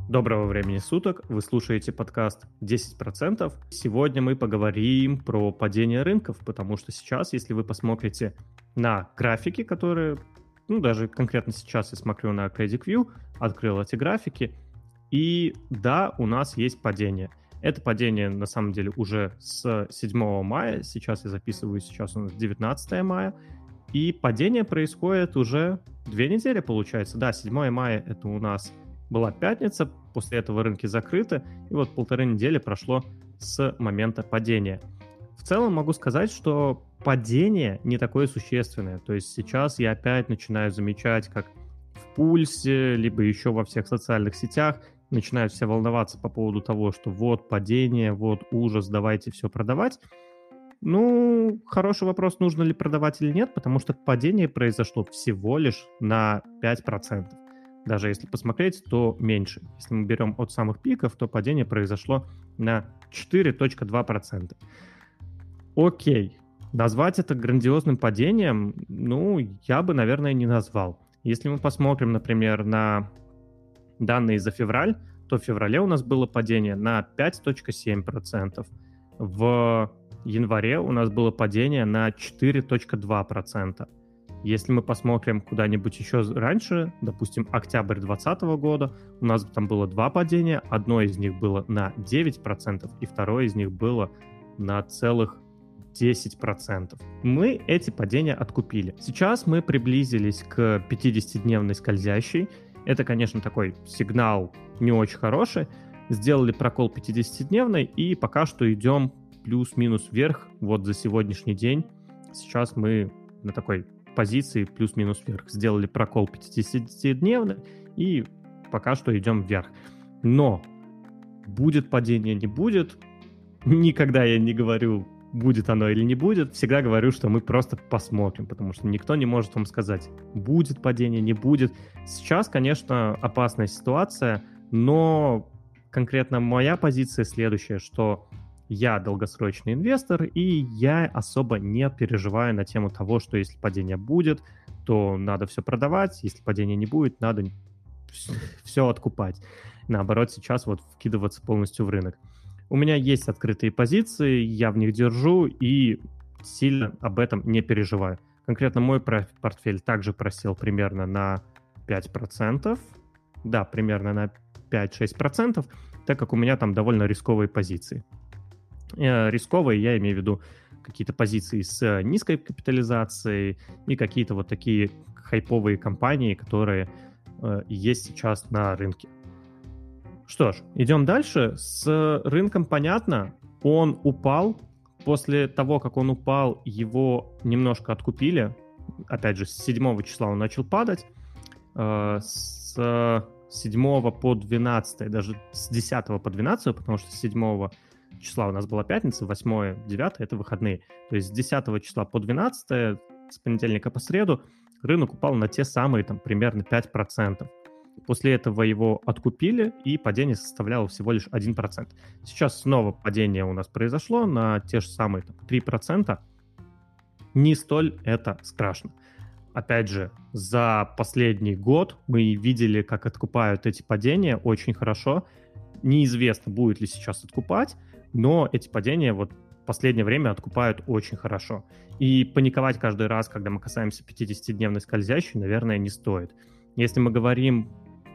Доброго времени суток, вы слушаете подкаст 10%. Сегодня мы поговорим про падение рынков, потому что сейчас, если вы посмотрите на графики, которые, даже конкретно сейчас я смотрю на CreditView, открыл эти графики, и да, у нас есть падение. Это падение, на самом деле, уже с 7 мая, сейчас я записываю, сейчас у нас 19 мая, и падение происходит уже 2 недели, получается. Да, 7 мая это у нас была пятница, после этого рынки закрыты, и вот 1,5 недели прошло с момента падения. В целом могу сказать, что падение не такое существенное. То есть сейчас я опять начинаю замечать, как в Пульсе, либо еще во всех социальных сетях начинают все волноваться по поводу того, что вот падение, вот ужас, давайте все продавать. Хороший вопрос, нужно ли продавать или нет, потому что падение произошло всего лишь на 5%. Даже если посмотреть, то меньше. Если мы берем от самых пиков, то падение произошло на 4,2%. Окей, назвать это грандиозным падением, я бы, наверное, не назвал. Если мы посмотрим, например, на данные за февраль, то в феврале у нас было падение на 5,7%. В январе у нас было падение на 4,2%. Если мы посмотрим куда-нибудь еще раньше, допустим, октябрь 2020 года, у нас там было 2 падения, одно из них было на 9%, и второе из них было на целых 10%. Мы эти падения откупили. Сейчас мы приблизились к 50-дневной скользящей. Это, конечно, такой сигнал не очень хороший. Сделали прокол 50-дневной, и пока что идем плюс-минус вверх. Вот за сегодняшний день. Сейчас мы на такой позиции плюс-минус вверх. Сделали прокол 50-дневный, и пока что идем вверх. Но будет падение, не будет. Никогда я не говорю, будет оно или не будет. Всегда говорю, что мы просто посмотрим, потому что никто не может вам сказать, будет падение, не будет. Сейчас, конечно, опасная ситуация, но конкретно моя позиция следующая, что я долгосрочный инвестор, и я особо не переживаю на тему того, что если падение будет, то надо все продавать, если падения не будет, надо все откупать. Наоборот, сейчас вот вкидываться полностью в рынок. У меня есть открытые позиции, я в них держу и сильно об этом не переживаю. Конкретно мой портфель также просел примерно на 5%. Да, примерно на 5-6%, так как у меня там довольно рисковые позиции. Рисковые, я имею в виду какие-то позиции с низкой капитализацией и какие-то вот такие хайповые компании, которые есть сейчас на рынке. Что ж, идем дальше. С рынком понятно, он упал. После того, как он упал, его немножко откупили. Опять же, с 7 числа он начал падать. С 7 по 12, даже с 10 по 12, потому что с 7 числа у нас была пятница, 8, 9 это выходные. То есть с 10 числа по 12, с понедельника по среду, рынок упал на те самые там примерно 5%. После этого его откупили, и падение составляло всего лишь 1%. Сейчас снова падение у нас произошло на те же самые 3%. Не столь это страшно. Опять же, за последний год мы видели, как откупают эти падения очень хорошо. Неизвестно, будет ли сейчас откупать, но эти падения вот в последнее время откупают очень хорошо. И паниковать каждый раз, когда мы касаемся 50-дневной скользящей, наверное, не стоит. Если мы говорим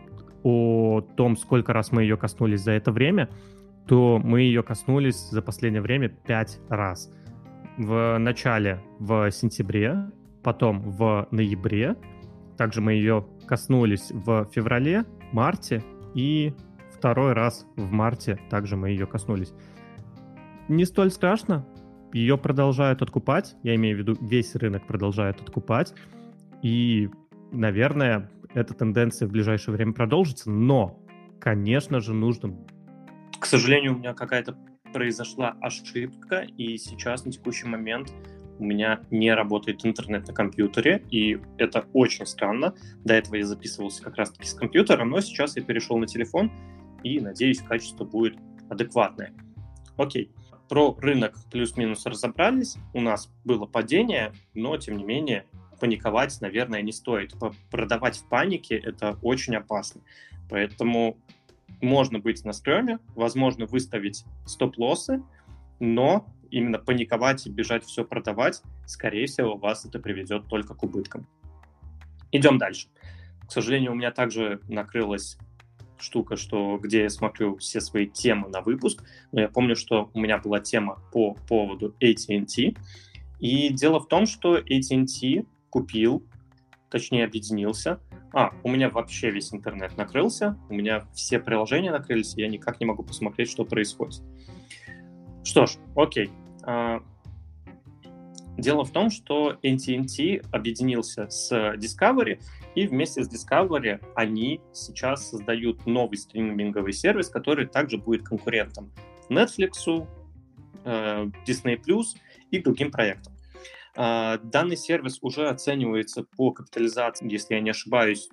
о том, сколько раз мы ее коснулись за это время, то мы ее коснулись за последнее время 5 раз. В начале в сентябре, потом в ноябре, также мы ее коснулись в феврале, марте, и второй раз в марте также мы ее коснулись. Не столь страшно, ее продолжают откупать, я имею в виду, весь рынок продолжает откупать, и, наверное, эта тенденция в ближайшее время продолжится, но, конечно же, нужно... К сожалению, у меня какая-то произошла ошибка, и сейчас, на текущий момент, у меня не работает интернет на компьютере, и это очень странно. До этого я записывался как раз-таки с компьютера, но сейчас я перешел на телефон, и, надеюсь, качество будет адекватное. Окей. Про рынок плюс-минус разобрались. У нас было падение, но, тем не менее, паниковать, наверное, не стоит. Продавать в панике – это очень опасно. Поэтому можно быть на стреме, возможно выставить стоп-лоссы, но именно паниковать и бежать все продавать, скорее всего, вас это приведет только к убыткам. Идем дальше. К сожалению, у меня также накрылась штука, где я смотрю все свои темы на выпуск, но я помню, что у меня была тема по поводу AT&T, и дело в том, что AT&T объединился. У меня вообще весь интернет накрылся, у меня все приложения накрылись, и я никак не могу посмотреть, что происходит. Что ж, окей. Дело в том, что AT&T объединился с Discovery, и вместе с Discovery они сейчас создают новый стриминговый сервис, который также будет конкурентом Netflix, Disney+, и другим проектам. Данный сервис уже оценивается по капитализации, если я не ошибаюсь,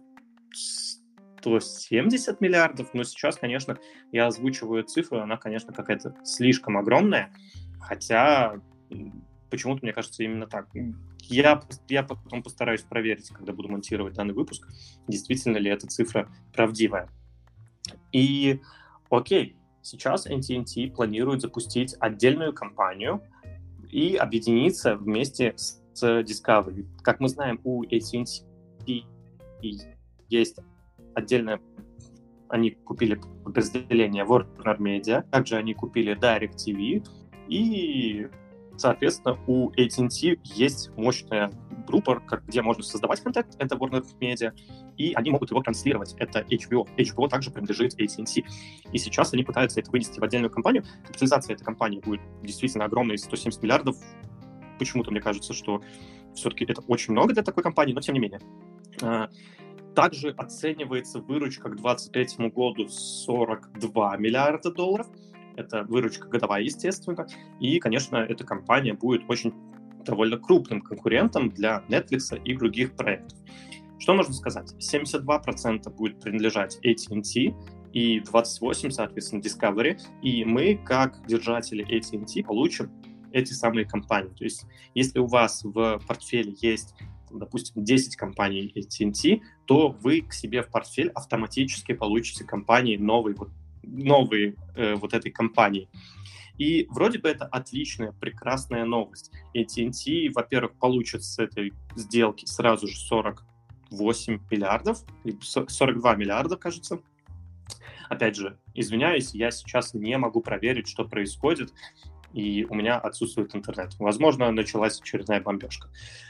170 миллиардов, но сейчас, конечно, я озвучиваю цифру, она, конечно, какая-то слишком огромная, хотя почему-то мне кажется именно так. Я потом постараюсь проверить, когда буду монтировать данный выпуск, действительно ли эта цифра правдивая. И окей, сейчас AT&T планирует запустить отдельную компанию и объединиться вместе с Discovery. Как мы знаем, у AT&T есть отдельное... Они купили подразделение Warner Media, также они купили DirecTV, и, соответственно, у AT&T есть мощная группа, где можно создавать контент, это Warner Media, и они могут его транслировать, это HBO. HBO также принадлежит AT&T. И сейчас они пытаются это вынести в отдельную компанию. Капитализация этой компании будет действительно огромной, 170 миллиардов. Почему-то мне кажется, что все-таки это очень много для такой компании, но тем не менее. Также оценивается выручка к 2023 году 42 миллиарда долларов. Это выручка годовая, естественно. И, конечно, эта компания будет очень довольно крупным конкурентом для Netflix и других проектов. Что можно сказать? 72% будет принадлежать AT&T и 28%, соответственно, Discovery. И мы, как держатели AT&T, получим эти самые компании. То есть, если у вас в портфеле есть, допустим, 10 компаний AT&T, то вы к себе в портфель автоматически получите компании новые вот этой компании. И вроде бы это отличная, прекрасная новость. AT&T, во-первых, получит с этой сделки сразу же 48 миллиардов, 42 миллиарда, кажется. Опять же, извиняюсь, я сейчас не могу проверить, что происходит, и у меня отсутствует интернет. Возможно, началась очередная бомбежка.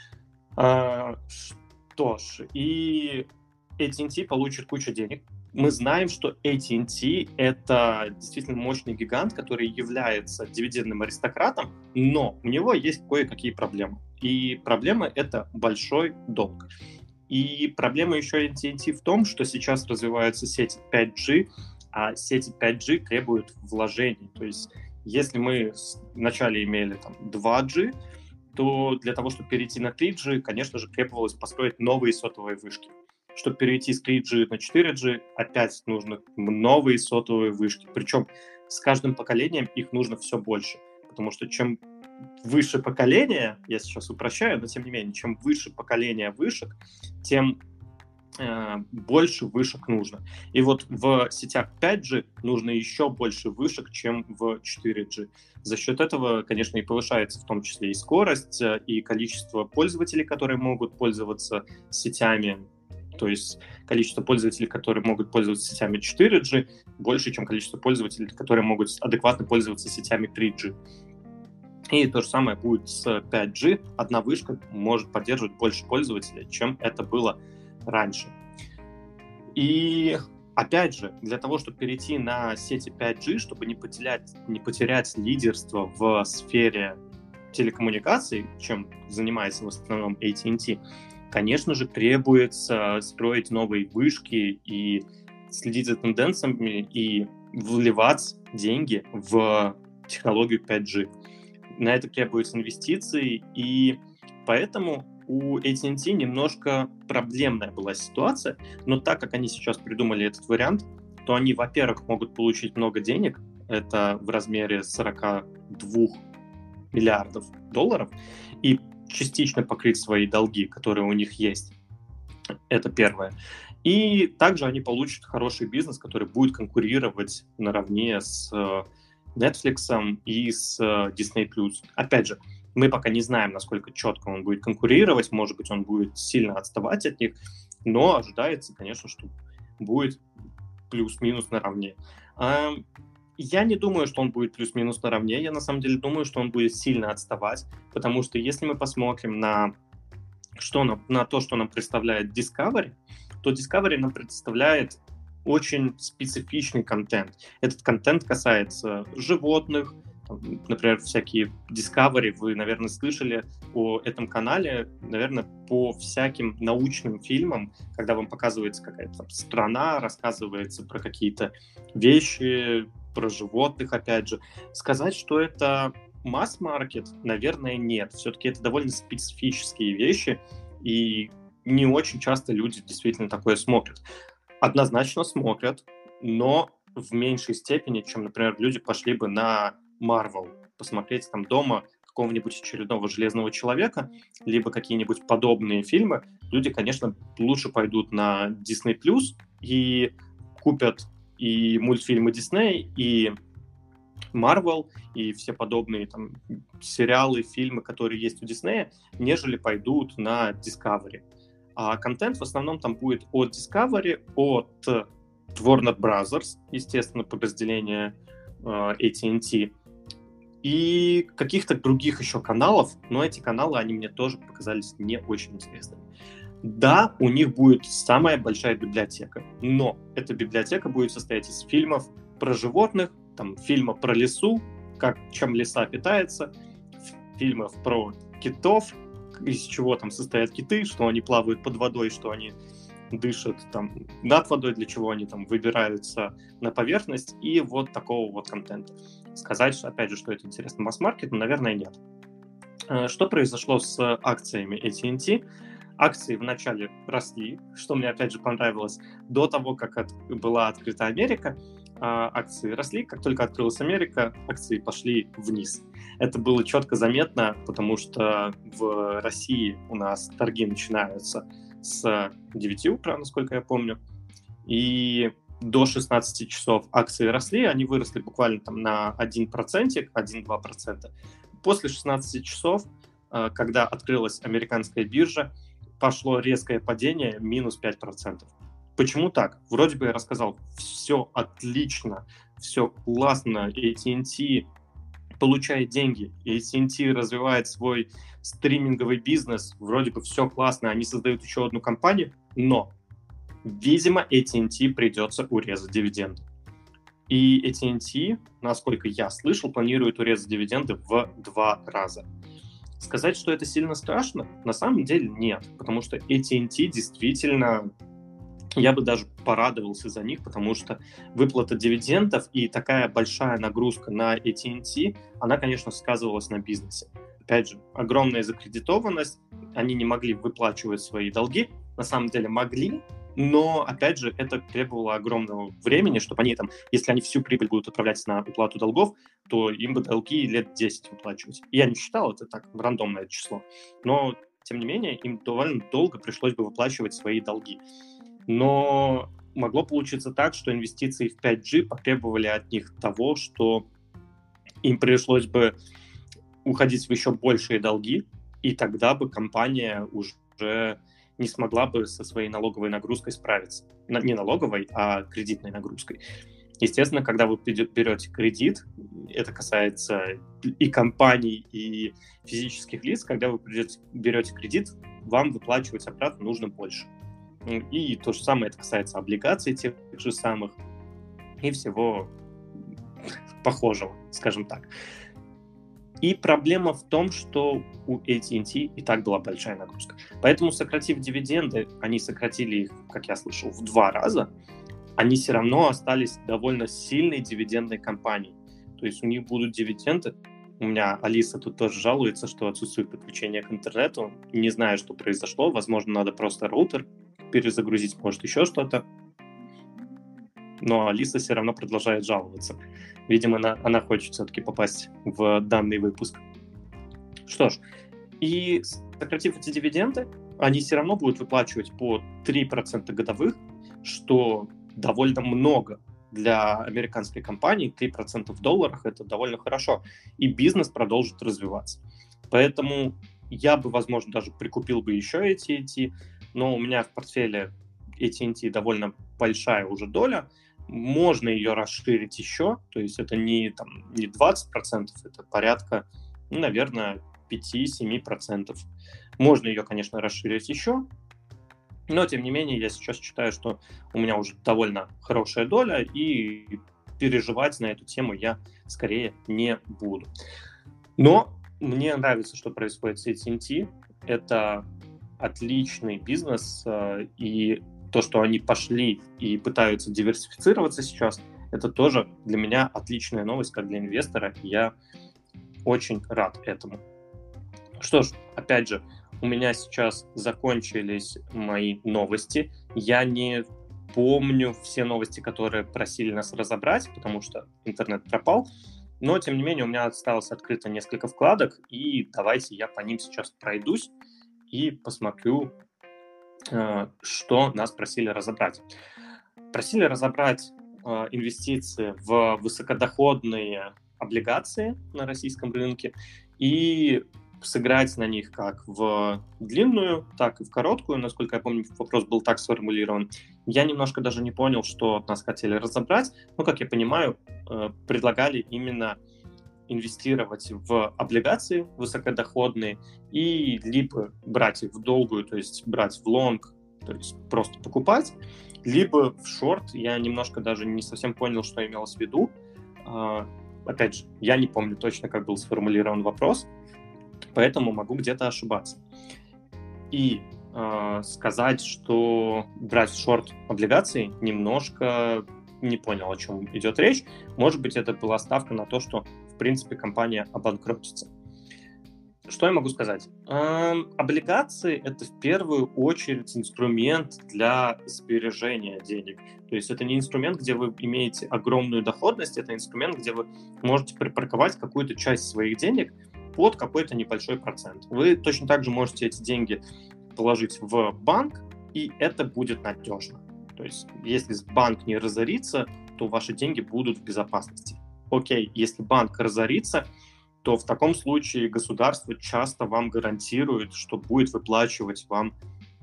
Что ж, и AT&T получит кучу денег. Мы знаем, что AT&T — это действительно мощный гигант, который является дивидендным аристократом, но у него есть кое-какие проблемы. И проблема — это большой долг. И проблема еще AT&T в том, что сейчас развиваются сети 5G, а сети 5G требуют вложений. То есть если мы вначале имели 2G, то для того, чтобы перейти на 3G, конечно же, требовалось построить новые сотовые вышки. Чтобы перейти с 3G на 4G, опять нужны новые сотовые вышки. Причем с каждым поколением их нужно все больше. Потому что чем выше поколение, я сейчас упрощаю, но тем не менее, чем выше поколение вышек, тем больше вышек нужно. И вот в сетях 5G нужно еще больше вышек, чем в 4G. За счет этого, конечно, и повышается в том числе и скорость, и количество пользователей, которые могут пользоваться сетями. То есть количество пользователей, которые могут пользоваться сетями 4G, больше, чем количество пользователей, которые могут адекватно пользоваться сетями 3G. И то же самое будет с 5G. Одна вышка может поддерживать больше пользователей, чем это было раньше. И опять же, для того, чтобы перейти на сети 5G, чтобы не потерять лидерство в сфере телекоммуникаций, чем занимается в основном AT&T, конечно же, требуется строить новые вышки и следить за тенденциями и вливать деньги в технологию 5G. На это требуются инвестиции, и поэтому у AT&T немножко проблемная была ситуация, но так как они сейчас придумали этот вариант, то они, во-первых, могут получить много денег, это в размере 42 миллиардов долларов, и частично покрыть свои долги, которые у них есть. Это первое. И также они получат хороший бизнес, который будет конкурировать наравне с Netflix и с Disney+. Опять же, мы пока не знаем, насколько четко он будет конкурировать, может быть, он будет сильно отставать от них, но ожидается, конечно, что будет плюс-минус наравне. Я не думаю, что он будет плюс-минус наравне, я на самом деле думаю, что он будет сильно отставать, потому что если мы посмотрим на то, что нам представляет Discovery, то Discovery нам представляет очень специфичный контент. Этот контент касается животных, например, всякие Discovery, вы, наверное, слышали о этом канале, наверное, по всяким научным фильмам, когда вам показывается какая-то страна, рассказывается про какие-то вещи, про животных, опять же. Сказать, что это масс-маркет, наверное, нет. Все-таки это довольно специфические вещи, и не очень часто люди действительно такое смотрят. Однозначно смотрят, но в меньшей степени, чем, например, люди пошли бы на Marvel, посмотреть там дома какого-нибудь очередного Железного Человека, либо какие-нибудь подобные фильмы. Люди, конечно, лучше пойдут на Disney+, и купят и мультфильмы Disney, и Marvel, и все подобные там сериалы, фильмы, которые есть у Disney, нежели пойдут на Discovery. А контент в основном там будет от Discovery, от Warner Brothers, естественно, подразделение AT&T, и каких-то других еще каналов, но эти каналы, они мне тоже показались не очень интересными. Да, у них будет самая большая библиотека, но эта библиотека будет состоять из фильмов про животных, там, фильма про лесу, чем леса питается, фильмов про китов, из чего там состоят киты, что они плавают под водой, что они дышат там над водой, для чего они там выбираются на поверхность, и вот такого вот контента. Сказать, опять же, что это интересно масс-маркету, наверное, нет. Что произошло с акциями AT&T? Акции вначале росли, что мне, опять же, понравилось. До того, как была открыта Америка, акции росли. Как только открылась Америка, акции пошли вниз. Это было четко заметно, потому что в России у нас торги начинаются с 9 утра, насколько я помню, и до 16 часов акции росли, они выросли буквально там на 1%, 1-2%. После 16 часов, когда открылась американская биржа, пошло резкое падение, минус 5%. Почему так? Вроде бы я рассказал, все отлично, все классно, AT&T получает деньги, AT&T развивает свой стриминговый бизнес, вроде бы все классно, они создают еще одну компанию, но, видимо, AT&T придется урезать дивиденды. И AT&T, насколько я слышал, планирует урезать дивиденды в 2 раза. Сказать, что это сильно страшно, на самом деле нет, потому что AT&T действительно, я бы даже порадовался за них, потому что выплата дивидендов и такая большая нагрузка на AT&T, она, конечно, сказывалась на бизнесе. Опять же, огромная закредитованность, они не могли выплачивать свои долги, на самом деле могли, но, опять же, это требовало огромного времени, чтобы они там, если они всю прибыль будут отправлять на уплату долгов, то им бы долги лет 10 выплачивать. Я не считал, это так, рандомное число. Но, тем не менее, им довольно долго пришлось бы выплачивать свои долги. Но могло получиться так, что инвестиции в 5G потребовали от них того, что им пришлось бы уходить в еще большие долги, и тогда бы компания уже не смогла бы со своей налоговой нагрузкой справиться. Не налоговой, а кредитной нагрузкой. Естественно, когда вы берете кредит, это касается и компаний, и физических лиц, когда вы берете кредит, вам выплачивать обратно нужно больше. И то же самое это касается облигаций тех же самых и всего похожего, скажем так. И проблема в том, что у AT&T и так была большая нагрузка. Поэтому, сократив дивиденды, они сократили их, как я слышал, в 2 раза, они все равно остались довольно сильной дивидендной компанией. То есть у них будут дивиденды. У меня Алиса тут тоже жалуется, что отсутствует подключение к интернету. Не знаю, что произошло. Возможно, надо просто роутер перезагрузить, может, еще что-то. Но Алиса все равно продолжает жаловаться. Видимо, она хочет все-таки попасть в данный выпуск. Что ж, и сократив эти дивиденды, они все равно будут выплачивать по 3% годовых, что довольно много для американской компании. 3% в долларах — это довольно хорошо. И бизнес продолжит развиваться. Поэтому я бы, возможно, даже прикупил бы еще AT&T, но у меня в портфеле AT&T довольно большая уже доля. Можно ее расширить еще, то есть это не 20%, это порядка, наверное, 5-7%. Можно ее, конечно, расширить еще, но, тем не менее, я сейчас считаю, что у меня уже довольно хорошая доля, и переживать на эту тему я скорее не буду. Но мне нравится, что происходит с AT&T. Это отличный бизнес, и то, что они пошли и пытаются диверсифицироваться сейчас, это тоже для меня отличная новость, как для инвестора. Я очень рад этому. Что ж, опять же, у меня сейчас закончились мои новости. Я не помню все новости, которые просили нас разобрать, потому что интернет пропал. Но, тем не менее, у меня осталось открыто несколько вкладок, и давайте я по ним сейчас пройдусь и посмотрю, что нас просили разобрать. Просили разобрать инвестиции в высокодоходные облигации на российском рынке и сыграть на них как в длинную, так и в короткую. Насколько я помню, вопрос был так сформулирован. Я немножко даже не понял, что от нас хотели разобрать, но, как я понимаю, предлагали именно инвестировать в облигации высокодоходные и либо брать их в долгую, то есть брать в лонг, то есть просто покупать, либо в шорт. Я немножко даже не совсем понял, что имелось в виду. Опять же, я не помню точно, как был сформулирован вопрос, поэтому могу где-то ошибаться. И сказать, что брать в шорт облигации, немножко не понял, о чем идет речь. Может быть, это была ставка на то, что, в принципе, компания обанкротится. Что я могу сказать? Облигации — это в первую очередь инструмент для сбережения денег. То есть это не инструмент, где вы имеете огромную доходность, это инструмент, где вы можете припарковать какую-то часть своих денег под какой-то небольшой процент. Вы точно так же можете эти деньги положить в банк, и это будет надежно. То есть если банк не разорится, то ваши деньги будут в безопасности. Окей, если банк разорится, то в таком случае государство часто вам гарантирует, что будет выплачивать вам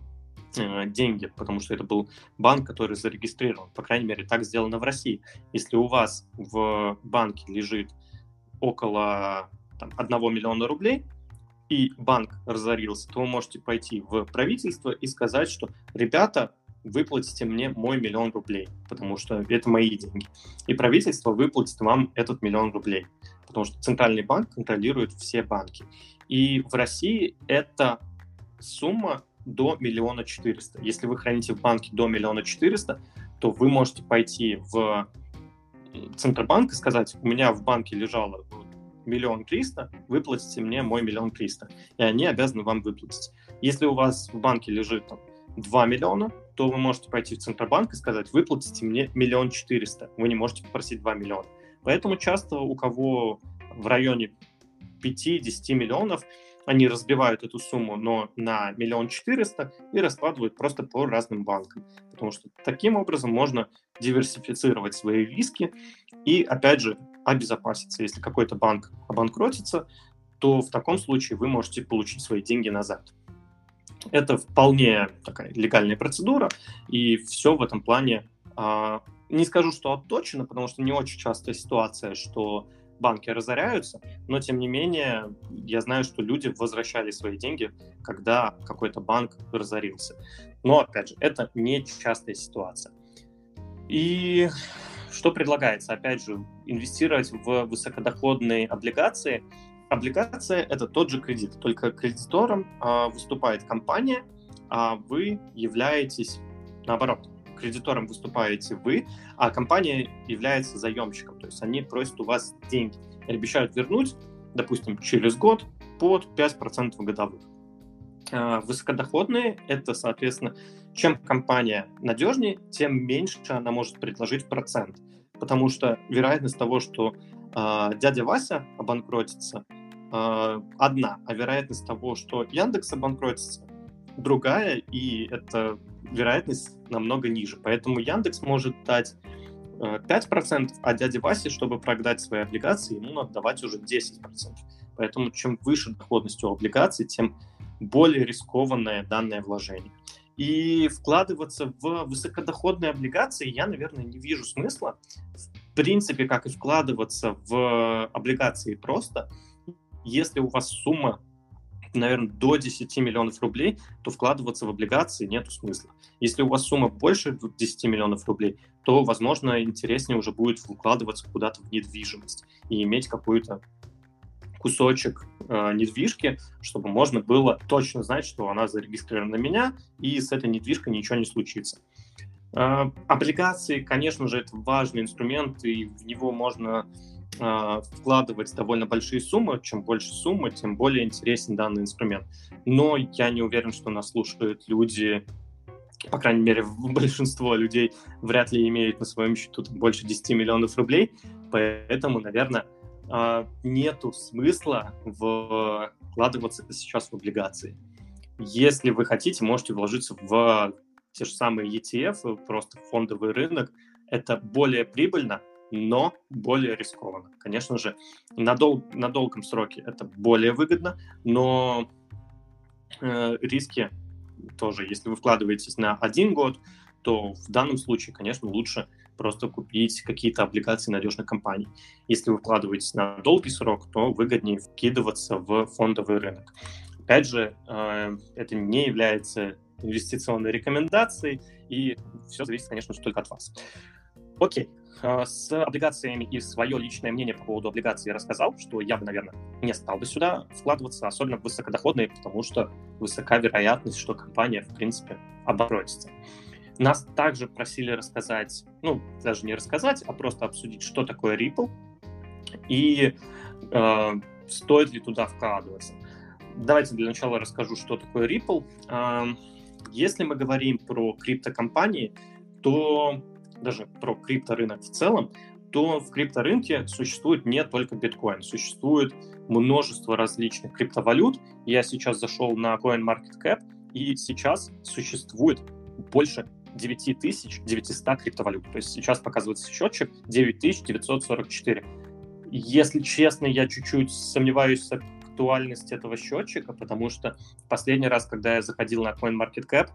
деньги, потому что это был банк, который зарегистрирован. По крайней мере, так сделано в России. Если у вас в банке лежит около 1 миллиона рублей, и банк разорился, то вы можете пойти в правительство и сказать, что ребята, выплатите мне мой 1 миллион рублей, потому что это мои деньги. И правительство выплатит вам этот 1 миллион рублей, потому что Центральный банк контролирует все банки. И в России эта сумма до 1 400 000. Если вы храните в банке до 1 400 000, то вы можете пойти в Центробанк и сказать: у меня в банке лежало 1 300 000, выплатите мне мой 1 300 000. И они обязаны вам выплатить. Если у вас в банке лежит 2 миллиона, то вы можете пойти в Центробанк и сказать: выплатите мне 1 400 000. Вы не можете попросить 2 миллиона. Поэтому часто у кого в районе 5-10 миллионов, они разбивают эту сумму, но на 1 400 000 и раскладывают просто по разным банкам. Потому что таким образом можно диверсифицировать свои риски и, опять же, обезопаситься. Если какой-то банк обанкротится, то в таком случае вы можете получить свои деньги назад. Это вполне такая легальная процедура, и все в этом плане, не скажу, что отточено, потому что не очень частая ситуация, что банки разоряются, но тем не менее я знаю, что люди возвращали свои деньги, когда какой-то банк разорился. Но, опять же, это не частая ситуация. И что предлагается? Опять же, инвестировать в высокодоходные облигации. Облигация — это тот же кредит, только кредитором выступает компания, а вы являетесь, наоборот, кредитором выступаете вы, а компания является заемщиком. То есть они просят у вас деньги и обещают вернуть, допустим, через год под 5% годовых. Высокодоходные — это, соответственно, чем компания надежнее, тем меньше она может предложить в процент. Потому что вероятность того, что дядя Вася обанкротится, одна, а вероятность того, что Яндекс обанкротится, другая, и эта вероятность намного ниже. Поэтому Яндекс может дать 5%, а дяде Васе, чтобы продать свои облигации, ему надо давать уже 10%. Поэтому чем выше доходность у облигаций, тем более рискованное данное вложение. И вкладываться в высокодоходные облигации я, наверное, не вижу смысла. В принципе, как и вкладываться в облигации просто, если у вас сумма, наверное, до 10 миллионов рублей, то вкладываться в облигации нет смысла. Если у вас сумма больше 10 миллионов рублей, то, возможно, интереснее уже будет вкладываться куда-то в недвижимость и иметь какой-то кусочек недвижки, чтобы можно было точно знать, что она зарегистрирована на меня, и с этой недвижкой ничего не случится. Облигации, конечно же, это важный инструмент, и в него можно вкладывать довольно большие суммы. Чем больше суммы, тем более интересен данный инструмент. Но я не уверен, что нас слушают люди, по крайней мере, большинство людей вряд ли имеют на своем счету больше 10 миллионов рублей, поэтому, наверное, нету смысла вкладываться сейчас в облигации. Если вы хотите, можете вложиться в те же самые ETF, просто фондовый рынок. Это более прибыльно, но более рискованно. Конечно же, на долгом сроке это более выгодно, но риски тоже, если вы вкладываетесь на 1 год, то в данном случае, конечно, лучше просто купить какие-то облигации надежных компаний. Если вы вкладываетесь на долгий срок, то выгоднее вкидываться в фондовый рынок. Опять же, это не является инвестиционной рекомендацией, и все зависит, конечно же, только от вас. Окей. С облигациями и свое личное мнение по поводу облигаций я рассказал, что я бы, наверное, не стал бы сюда вкладываться, особенно в высокодоходные, потому что высока вероятность, что компания, в принципе, обанкротится. Нас также просили рассказать, даже не рассказать, а просто обсудить, что такое Ripple и стоит ли туда вкладываться. Давайте для начала расскажу, что такое Ripple. Если мы говорим про криптокомпании, то даже про крипторынок в целом, то в крипторынке существует не только биткоин, существует множество различных криптовалют. Я сейчас зашел на CoinMarketCap, и сейчас существует больше 9900 криптовалют. То есть сейчас показывается счетчик 9944. Если честно, я чуть-чуть сомневаюсь в актуальности этого счетчика, потому что в последний раз, когда я заходил на CoinMarketCap,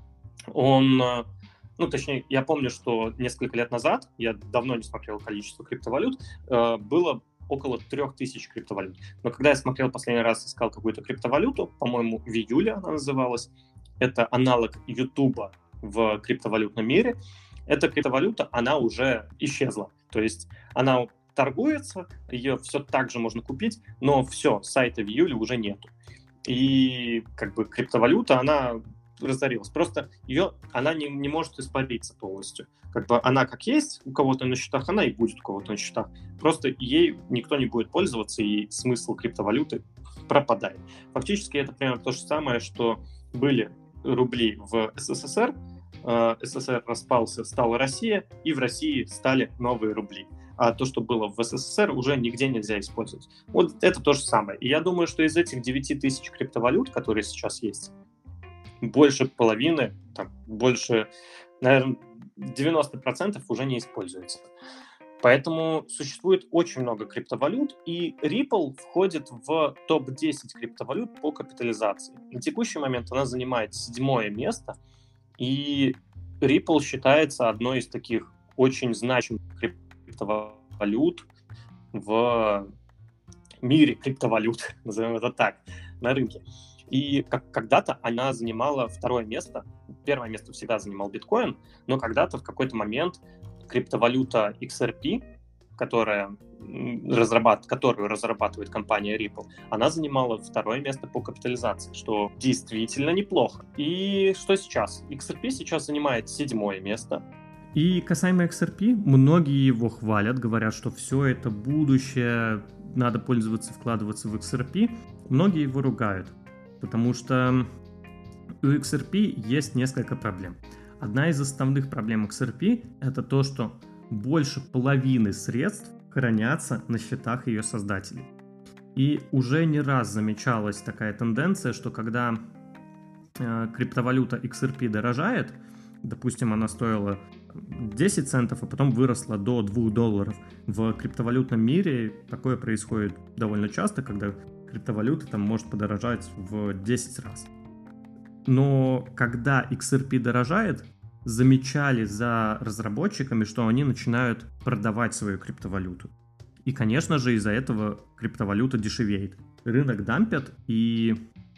точнее, я помню, что несколько лет назад, я давно не смотрел количество криптовалют, было около 3000 криптовалют. Но когда я смотрел последний раз, искал какую-то криптовалюту, по-моему, в июле она называлась, это аналог Ютуба в криптовалютном мире, эта криптовалюта, она уже исчезла. То есть она торгуется, ее все так же можно купить, но все, сайта в июле уже нету. И криптовалюта, она разорилась. Просто она не может испариться полностью. Она как есть у кого-то на счетах, она и будет у кого-то на счетах. Просто ей никто не будет пользоваться, и смысл криптовалюты пропадает. Фактически это примерно то же самое, что были рубли в СССР, СССР распался, стала Россия, и в России стали новые рубли. А то, что было в СССР, уже нигде нельзя использовать. Вот это то же самое. И я думаю, что из этих 9000 криптовалют, которые сейчас есть, больше половины, больше, наверное, 90% уже не используется. Поэтому существует очень много криптовалют, и Ripple входит в топ-10 криптовалют по капитализации. На текущий момент она занимает 7-е место, и Ripple считается одной из таких очень значимых криптовалют в мире криптовалют, назовем это так, на рынке. И когда-то она занимала 2-е место. 1-е место всегда занимал биткоин, но когда-то в какой-то момент криптовалюта XRP, которую разрабатывает компания Ripple, она занимала 2-е место по капитализации, что действительно неплохо. И что сейчас? XRP сейчас занимает 7-е место. И касаемо XRP, многие его хвалят, говорят, что все это будущее, надо пользоваться, вкладываться в XRP. Многие его ругают, потому что у XRP есть несколько проблем. Одна из основных проблем XRP – это то, что больше половины средств хранятся на счетах ее создателей. И уже не раз замечалась такая тенденция, что когда криптовалюта XRP дорожает, допустим, она стоила 10 центов, а потом выросла до $2. В криптовалютном мире такое происходит довольно часто, когда криптовалюта там может подорожать в 10 раз. Но когда XRP дорожает, замечали за разработчиками, что они начинают продавать свою криптовалюту. И, конечно же, из-за этого криптовалюта дешевеет. Рынок дампят, и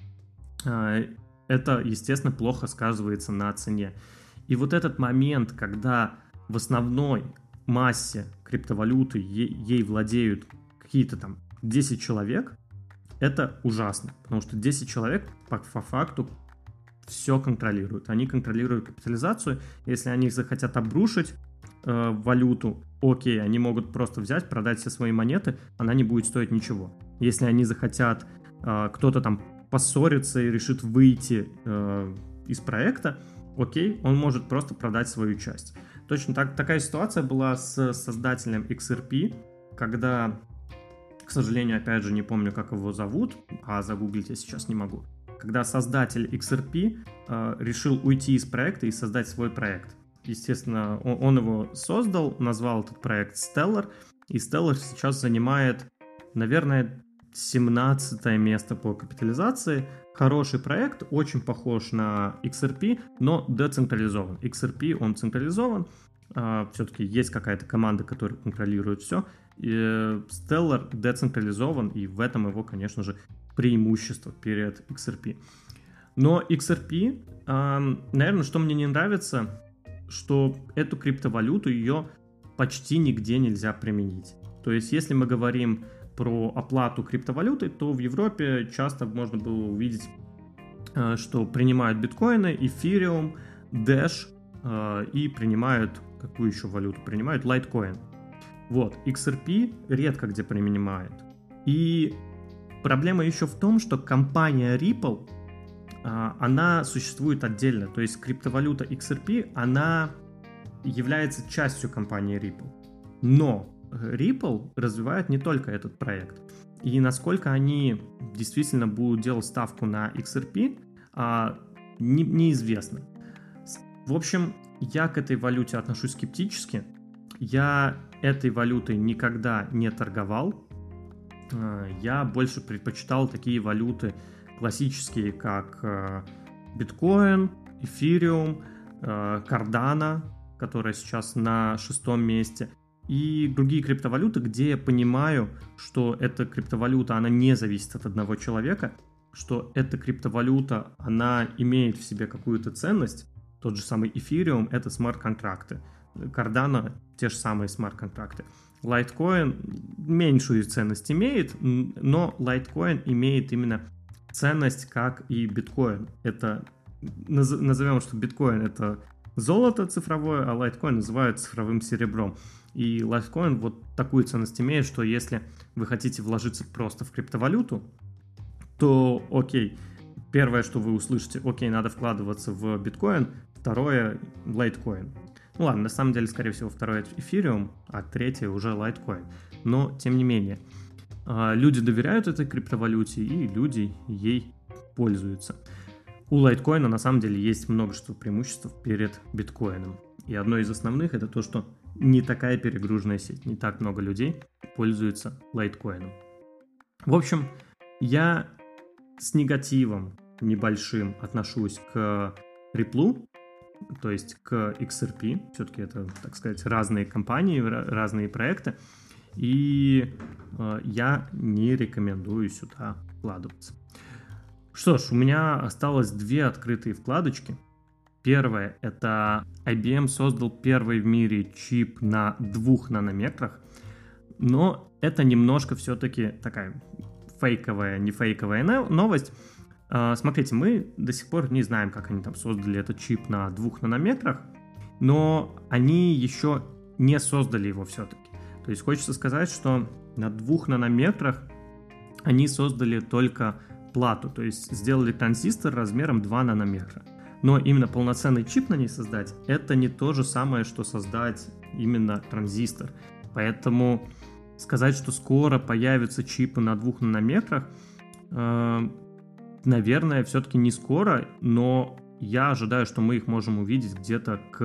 это, естественно, плохо сказывается на цене. И вот этот момент, когда в основной массе криптовалюты ей владеют какие-то там 10 человек, это ужасно, потому что 10 человек по факту все контролируют. Они контролируют капитализацию. Если они захотят обрушить валюту, окей, они могут просто взять, продать все свои монеты, она не будет стоить ничего. Если они захотят, кто-то там поссорится и решит выйти из проекта, окей, он может просто продать свою часть. Точно такая ситуация была с создателем XRP, когда, к сожалению, опять же, не помню, как его зовут, а загуглить я сейчас не могу, когда создатель XRP решил уйти из проекта и создать свой проект. Естественно, он его создал, назвал этот проект Stellar, и Stellar сейчас занимает, наверное, 17 место по капитализации. Хороший проект, очень похож на XRP, но децентрализован. XRP, он централизован, все-таки есть какая-то команда, которая контролирует все. И Stellar децентрализован, и в этом его, конечно же, преимущество перед XRP. Но XRP, наверное, что мне не нравится, что эту криптовалюту ее почти нигде нельзя применить. То есть, если мы говорим про оплату криптовалюты, то в Европе часто можно было увидеть, что принимают биткоины, эфириум, Dash и принимают, какую еще валюту принимают? Litecoin. Вот, XRP редко где принимают. И проблема еще в том, что компания Ripple, она существует отдельно. То есть криптовалюта XRP, она является частью компании Ripple. Но Ripple развивает не только этот проект. И насколько они действительно будут делать ставку на XRP, неизвестно. В общем, я к этой валюте отношусь скептически. Я этой валютой никогда не торговал. Я больше предпочитал такие валюты классические, как биткоин, эфириум, Cardano, которая сейчас на 6-м месте, и другие криптовалюты, где я понимаю, что эта криптовалюта, она не зависит от одного человека, что эта криптовалюта, она имеет в себе какую-то ценность. Тот же самый эфириум — это смарт-контракты. Cardano — те же самые смарт-контракты. Litecoin меньшую ценность имеет, но Litecoin имеет именно ценность, как и биткоин. Это, назовем, что биткоин — это золото цифровое, а Litecoin называют цифровым серебром. И Litecoin вот такую ценность имеет, что если вы хотите вложиться просто в криптовалюту, то окей, первое, что вы услышите, окей, надо вкладываться в биткоин, второе — Litecoin. Ну ладно, на самом деле, скорее всего, второе — эфириум, а третье уже Litecoin. Но, тем не менее, люди доверяют этой криптовалюте, и люди ей пользуются. У Litecoin на самом деле есть множество преимуществ перед биткоином. И одно из основных — это то, что не такая перегруженная сеть, не так много людей пользуются Litecoin. В общем, я с негативом небольшим отношусь к Ripple, то есть к XRP. Все-таки это, так сказать, разные компании, разные проекты. И я не рекомендую сюда вкладываться. Что ж, у меня осталось 2 открытые вкладочки. Первое — это IBM создал первый в мире чип на 2 нанометрах. Но это немножко все-таки такая фейковая, не фейковая новость. Смотрите, мы до сих пор не знаем, как они там создали этот чип на 2 нанометрах, но они еще не создали его все-таки. То есть хочется сказать, что на 2 нанометрах они создали только плату, то есть сделали транзистор размером 2 нанометра. Но именно полноценный чип на ней создать — это не то же самое, что создать именно транзистор. Поэтому сказать, что скоро появятся чипы на 2 нанометрах, наверное, все-таки не скоро, но я ожидаю, что мы их можем увидеть где-то к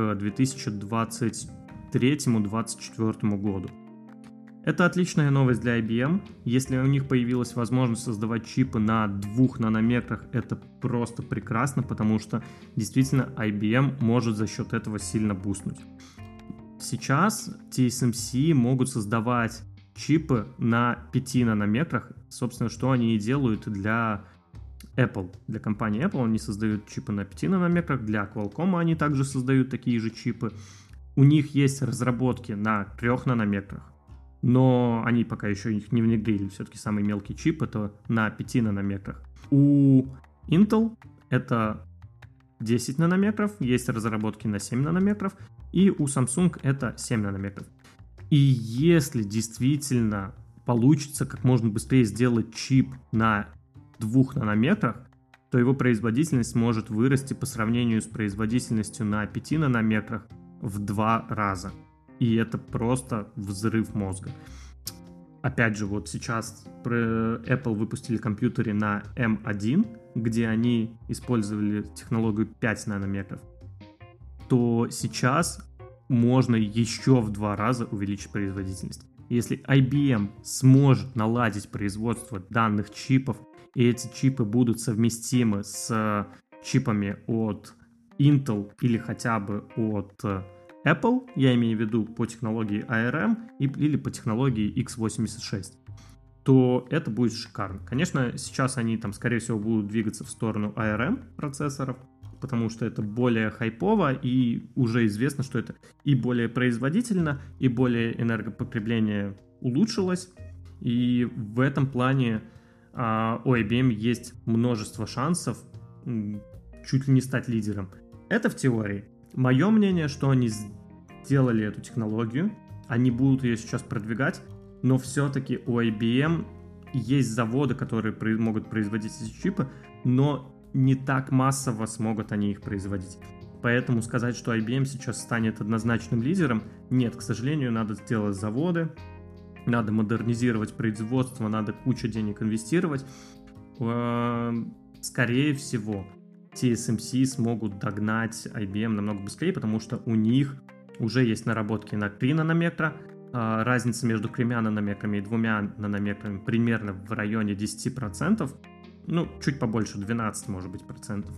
2023-2024 году. Это отличная новость для IBM. Если у них появилась возможность создавать чипы на 2 нанометрах, это просто прекрасно, потому что действительно IBM может за счет этого сильно бустнуть. Сейчас TSMC могут создавать чипы на 5 нанометрах, собственно, что они и делают для Apple. Для компании Apple они создают чипы на 5 нанометрах, для Qualcomm они также создают такие же чипы. У них есть разработки на 3 нанометрах, но они пока еще их не внедрили. Все-таки самый мелкий чип это на 5 нанометрах. У Intel это 10 нанометров, есть разработки на 7 нанометров, и у Samsung это 7 нанометров. И если действительно получится как можно быстрее сделать чип на 2 нанометрах, то его производительность может вырасти по сравнению с производительностью на 5 нанометрах в 2 раза. И это просто взрыв мозга. Опять же, вот сейчас Apple выпустили компьютеры на M1, где они использовали технологию 5 нанометров, то сейчас можно еще в 2 раза увеличить производительность. Если IBM сможет наладить производство данных чипов, и эти чипы будут совместимы с чипами от Intel или хотя бы от Apple, я имею в виду по технологии ARM или по технологии x86, то это будет шикарно. Конечно, сейчас они там, скорее всего, будут двигаться в сторону ARM процессоров, потому что это более хайпово, и уже известно, что это и более производительно, и более энергопотребление улучшилось. И в этом плане у IBM есть множество шансов чуть ли не стать лидером. Это в теории. Мое мнение, что они сделали эту технологию, они будут ее сейчас продвигать, но все-таки у IBM есть заводы, которые могут производить эти чипы, но не так массово смогут они их производить. Поэтому сказать, что IBM сейчас станет однозначным лидером, нет, к сожалению, надо сделать заводы, надо модернизировать производство, надо кучу денег инвестировать. Скорее всего, TSMC смогут догнать IBM намного быстрее, потому что у них уже есть наработки на 3 нанометра. Разница между 3 нанометрами и 2 нанометрами примерно в районе 10%. Ну, чуть побольше, 12, может быть, процентов.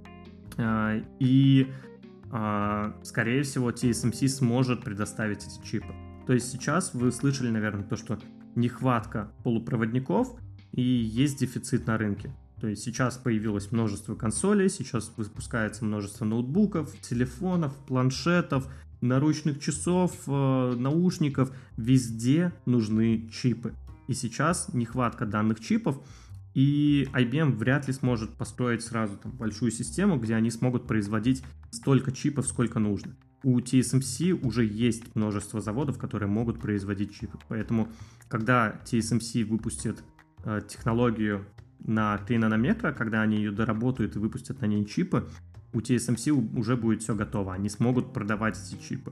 И, скорее всего, TSMC сможет предоставить эти чипы. То есть сейчас вы слышали, наверное, то, что нехватка полупроводников и есть дефицит на рынке. То есть сейчас появилось множество консолей, сейчас выпускается множество ноутбуков, телефонов, планшетов, наручных часов, наушников. Везде нужны чипы. И сейчас нехватка данных чипов, и IBM вряд ли сможет построить сразу там большую систему, где они смогут производить столько чипов, сколько нужно. У TSMC уже есть множество заводов, которые могут производить чипы. Поэтому, когда TSMC выпустит технологию на 3 нанометра, когда они ее доработают и выпустят на ней чипы, у TSMC уже будет все готово. Они смогут продавать эти чипы.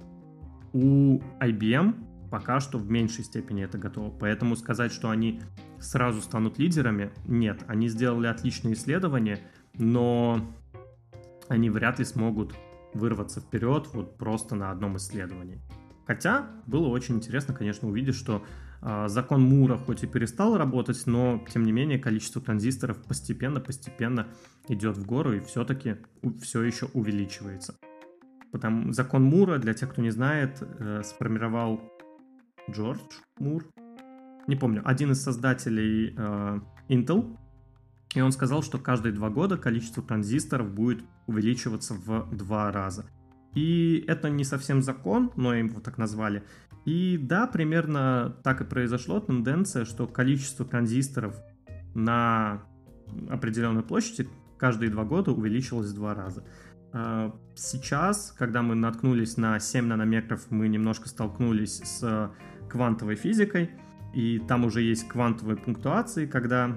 У IBM пока что в меньшей степени это готово. Поэтому сказать, что они сразу станут лидерами, нет. Они сделали отличные исследования, но они вряд ли смогут вырваться вперед вот просто на одном исследовании. Хотя было очень интересно, конечно, увидеть, что закон Мура хоть и перестал работать, но, тем не менее, количество транзисторов постепенно идет в гору и все-таки все еще увеличивается. Закон Мура, для тех, кто не знает, сформировал Джордж Мур, не помню, один из создателей Intel, и он сказал, что каждые 2 года количество транзисторов будет увеличиваться в 2 раза. И это не совсем закон, но им его так назвали. И да, примерно так и произошло, тенденция, что количество транзисторов на определенной площади каждые 2 года увеличилось в 2 раза. Сейчас, когда мы наткнулись на 7 нанометров, мы немножко столкнулись с квантовой физикой, и там уже есть квантовые пунктуации, когда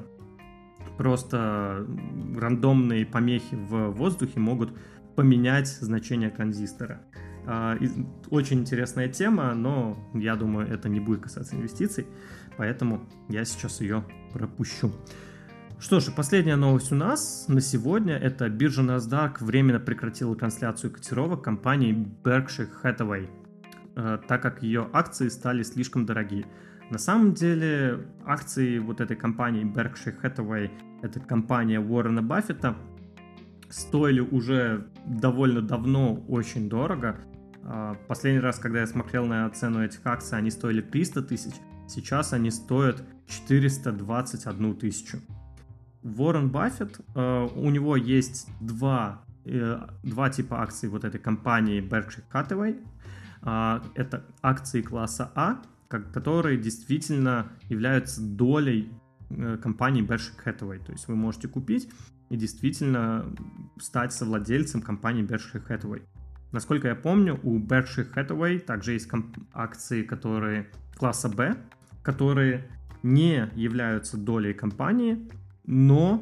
просто рандомные помехи в воздухе могут поменять значение транзистора. Очень интересная тема, но я думаю, это не будет касаться инвестиций, поэтому я сейчас ее пропущу. Что ж, и последняя новость у нас на сегодня. Это биржа NASDAQ временно прекратила трансляцию котировок компании Berkshire Hathaway, так как ее акции стали слишком дорогие. На самом деле акции вот этой компании Berkshire Hathaway, это компания Уоррена Баффета, стоили уже довольно давно очень дорого. Последний раз, когда я смотрел на цену этих акций, они стоили 300 тысяч. Сейчас они стоят 421 тысячу. Уоррен Баффет, у него есть два типа акций вот этой компании Berkshire Hathaway. Это акции класса А, которые действительно являются долей компании Berkshire Hathaway. То есть вы можете купить и действительно стать совладельцем компании Berkshire Hathaway. Насколько я помню, у Berkshire Hathaway также есть акции, которые класса Б, которые не являются долей компании, но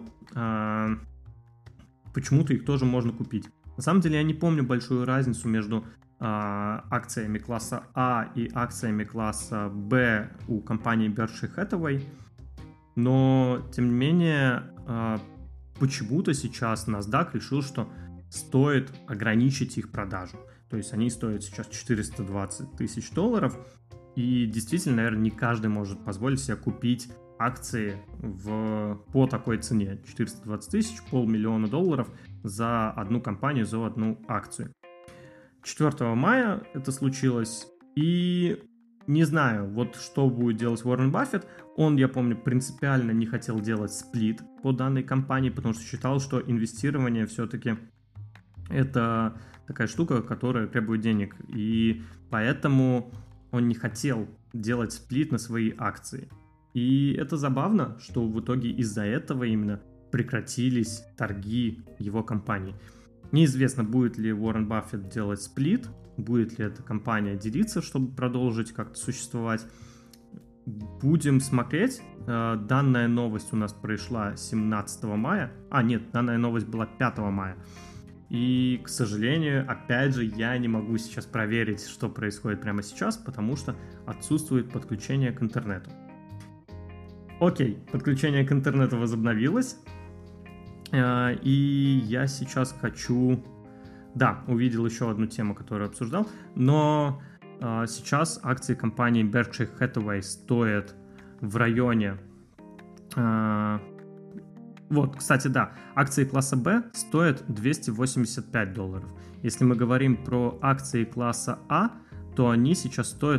почему-то их тоже можно купить. На самом деле я не помню большую разницу между акциями класса А и акциями класса Б у компании Berkshire Hathaway, но тем не менее почему-то сейчас NASDAQ решил, что стоит ограничить их продажу. То есть они стоят сейчас 420 тысяч долларов, и действительно, наверное, не каждый может позволить себе купить акции по такой цене. 420 тысяч, $500 000 за одну компанию, за одну акцию. 4 мая это случилось, и не знаю, вот что будет делать Уоррен Баффет. Он, я помню, принципиально не хотел делать сплит по данной компании, потому что считал, что инвестирование все-таки это такая штука, которая требует денег, и поэтому он не хотел делать сплит на свои акции. И это забавно, что в итоге из-за этого именно прекратились торги его компании. Неизвестно, будет ли Уоррен Баффет делать сплит, будет ли эта компания делиться, чтобы продолжить как-то существовать. Будем смотреть. Данная новость у нас пришла 17 мая. Данная новость была 5 мая. И, к сожалению, опять же, я не могу сейчас проверить, что происходит прямо сейчас, потому что отсутствует подключение к интернету. Окей, подключение к интернету возобновилось. И я сейчас хочу... Да, увидел еще одну тему, которую обсуждал, но сейчас акции компании Berkshire Hathaway стоят в районе... кстати, да, акции класса Б стоят $285. Если мы говорим про акции класса А, то они сейчас стоят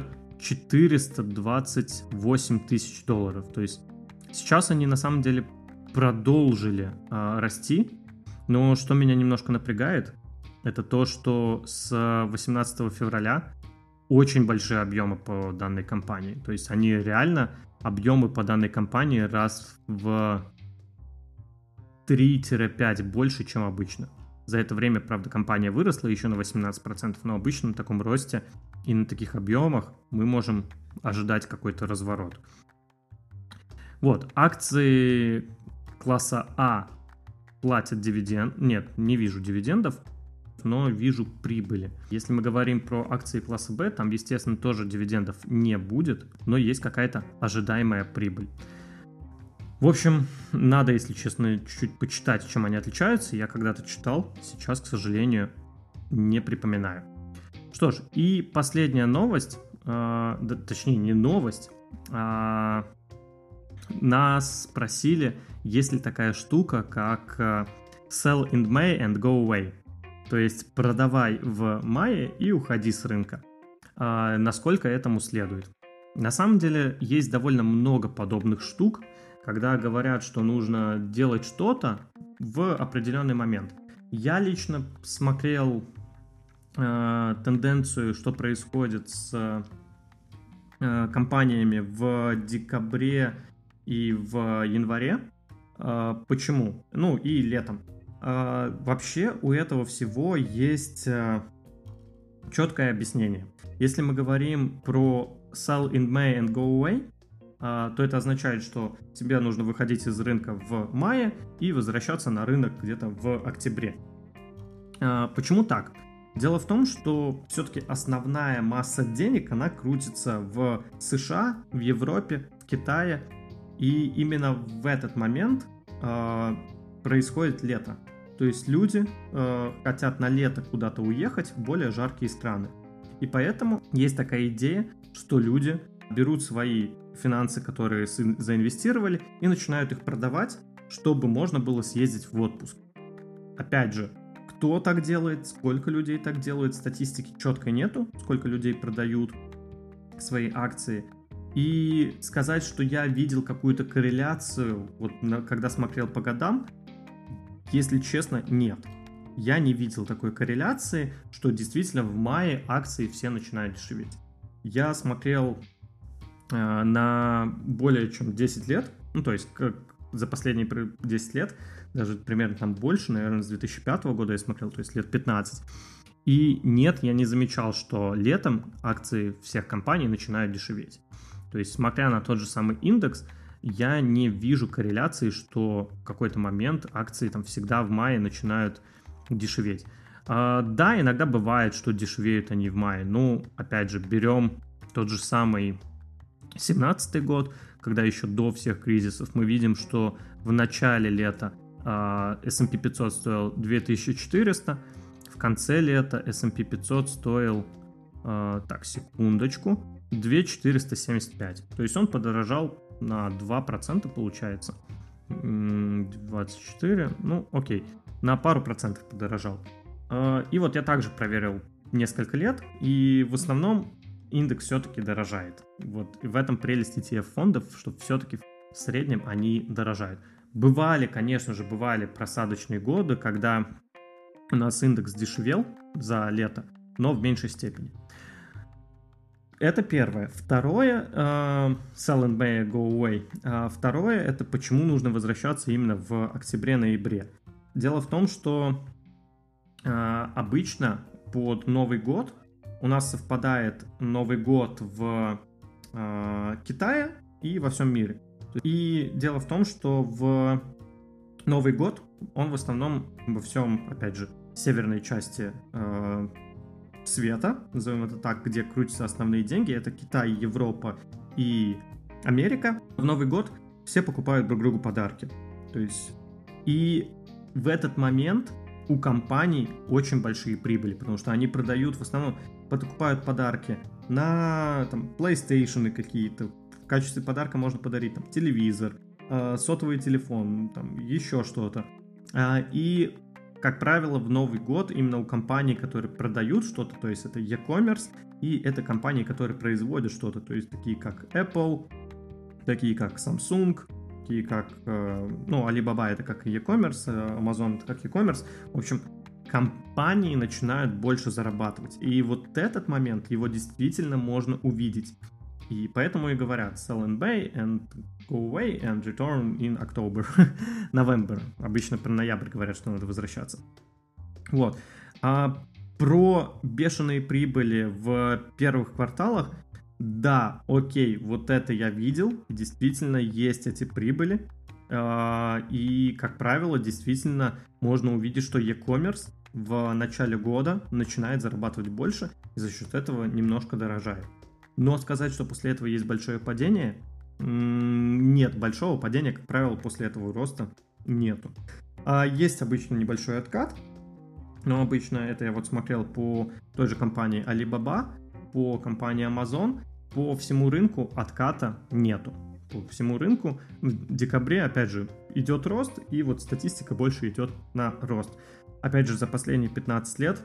$428 тысяч. То есть сейчас они на самом деле продолжили расти, но что меня немножко напрягает, это то, что с 18 февраля очень большие объемы по данной компании. То есть они реально, объемы по данной компании раз в 3-5 больше, чем обычно. За это время, правда, компания выросла еще на 18%, но обычно на таком росте и на таких объемах мы можем ожидать какой-то разворот. Акции класса А платят дивиденд. Нет, не вижу дивидендов, но вижу прибыли. Если мы говорим про акции класса Б, там, естественно, тоже дивидендов не будет, но есть какая-то ожидаемая прибыль. В общем, надо, если честно, чуть-чуть почитать, чем они отличаются. Я когда-то читал, сейчас, к сожалению, не припоминаю. Что ж, и последняя новость, точнее, не новость, нас спросили, есть ли такая штука, как sell in May and go away. То есть продавай в мае и уходи с рынка. Насколько этому следует? На самом деле есть довольно много подобных штук, когда говорят, что нужно делать что-то в определенный момент. Я лично смотрел тенденцию, что происходит с компаниями в декабре и в январе. Почему? И летом. Вообще у этого всего есть четкое объяснение. Если мы говорим про sell in May and go away, то это означает, что тебе нужно выходить из рынка в мае и возвращаться на рынок где-то в октябре. Почему так? Дело в том, что все-таки основная масса денег, она крутится в США, в Европе, в Китае, и именно в этот момент происходит лето. То есть люди хотят на лето куда-то уехать в более жаркие страны. И поэтому есть такая идея, что люди берут свои финансы, которые заинвестировали, и начинают их продавать, чтобы можно было съездить в отпуск. Опять же, кто так делает, сколько людей так делают, статистики четко нету, сколько людей продают свои акции. И сказать, что я видел какую-то корреляцию, вот когда смотрел по годам, если честно, нет. Я не видел такой корреляции, что действительно в мае акции все начинают дешеветь. Я смотрел на более чем 10 лет, ну то есть за последние 10 лет, даже примерно там больше, наверное, с 2005 года я смотрел, то есть лет 15. И нет, я не замечал, что летом акции всех компаний начинают дешеветь. То есть, смотря на тот же самый индекс, я не вижу корреляции, что в какой-то момент акции там всегда в мае начинают дешеветь. Да, иногда бывает, что дешевеют они в мае. Ну, опять же, берем тот же самый 2017 год, когда еще до всех кризисов мы видим, что в начале лета S&P 500 стоил 2400, в конце лета S&P 500 стоил, секундочку, 2475. То есть он подорожал на 2%, получается. 24, ну окей, на пару процентов подорожал. И вот я также проверил несколько лет, и в основном индекс все-таки дорожает. Вот и в этом прелесть ETF-фондов, что все-таки в среднем они дорожают. Конечно же, бывали просадочные годы, когда у нас индекс дешевел за лето, но в меньшей степени. Это первое. Второе, sell and buy, go away. Второе, это почему нужно возвращаться именно в октябре-ноябре. Дело в том, что обычно под Новый год у нас совпадает Новый год в Китае и во всем мире. И дело в том, что в Новый год он в основном во всем, опять же, северной части света, назовем это так, где крутятся основные деньги, это Китай, Европа и Америка. В Новый год все покупают друг другу подарки. То есть, и в этот момент у компаний очень большие прибыли, потому что они продают, в основном покупают подарки на там, PlayStation какие-то. В качестве подарка можно подарить там, телевизор, сотовый телефон, там, еще что-то. И как правило, в Новый год именно у компаний, которые продают что-то, то есть это e-commerce, и это компании, которые производят что-то, то есть такие как Apple, такие как Samsung, такие как, Alibaba это как e-commerce, Amazon это как e-commerce. В общем, компании начинают больше зарабатывать. И вот этот момент, его действительно можно увидеть. И поэтому и говорят sell and buy and go away and return in October. November. Обычно про ноябрь говорят, что надо возвращаться. Вот. А про бешеные прибыли в первых кварталах, да, окей, вот это я видел. Действительно, есть эти прибыли. И, как правило, действительно можно увидеть, что e-commerce в начале года начинает зарабатывать больше и за счет этого немножко дорожает. Но сказать, что после этого есть большое падение, нет, большого падения, как правило, после этого роста нету. Есть обычно небольшой откат, но обычно это я вот смотрел по той же компании Alibaba, по компании Amazon, по всему рынку отката нету. По всему рынку в декабре, опять же, идет рост, и вот статистика больше идет на рост. Опять же, за последние 15 лет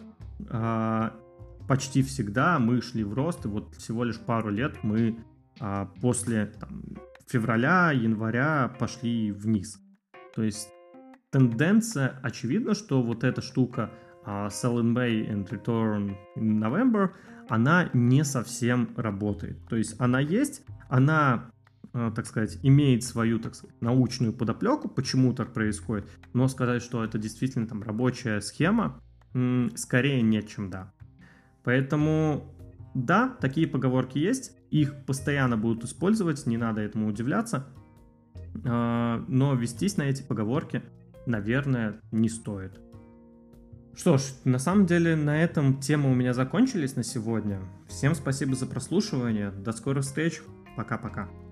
почти всегда мы шли в рост, и вот всего лишь пару лет мы после февраля, января пошли вниз. То есть тенденция очевидна, что вот эта штука sell in May and return in November, она не совсем работает. То есть она есть, она, так сказать, имеет свою, так сказать, научную подоплеку, почему так происходит, но сказать, что это действительно там рабочая схема, скорее нет, чем да. Поэтому, да, такие поговорки есть, их постоянно будут использовать, не надо этому удивляться, но вестись на эти поговорки, наверное, не стоит. Что ж, на самом деле на этом темы у меня закончились на сегодня. Всем спасибо за прослушивание, до скорых встреч, пока-пока.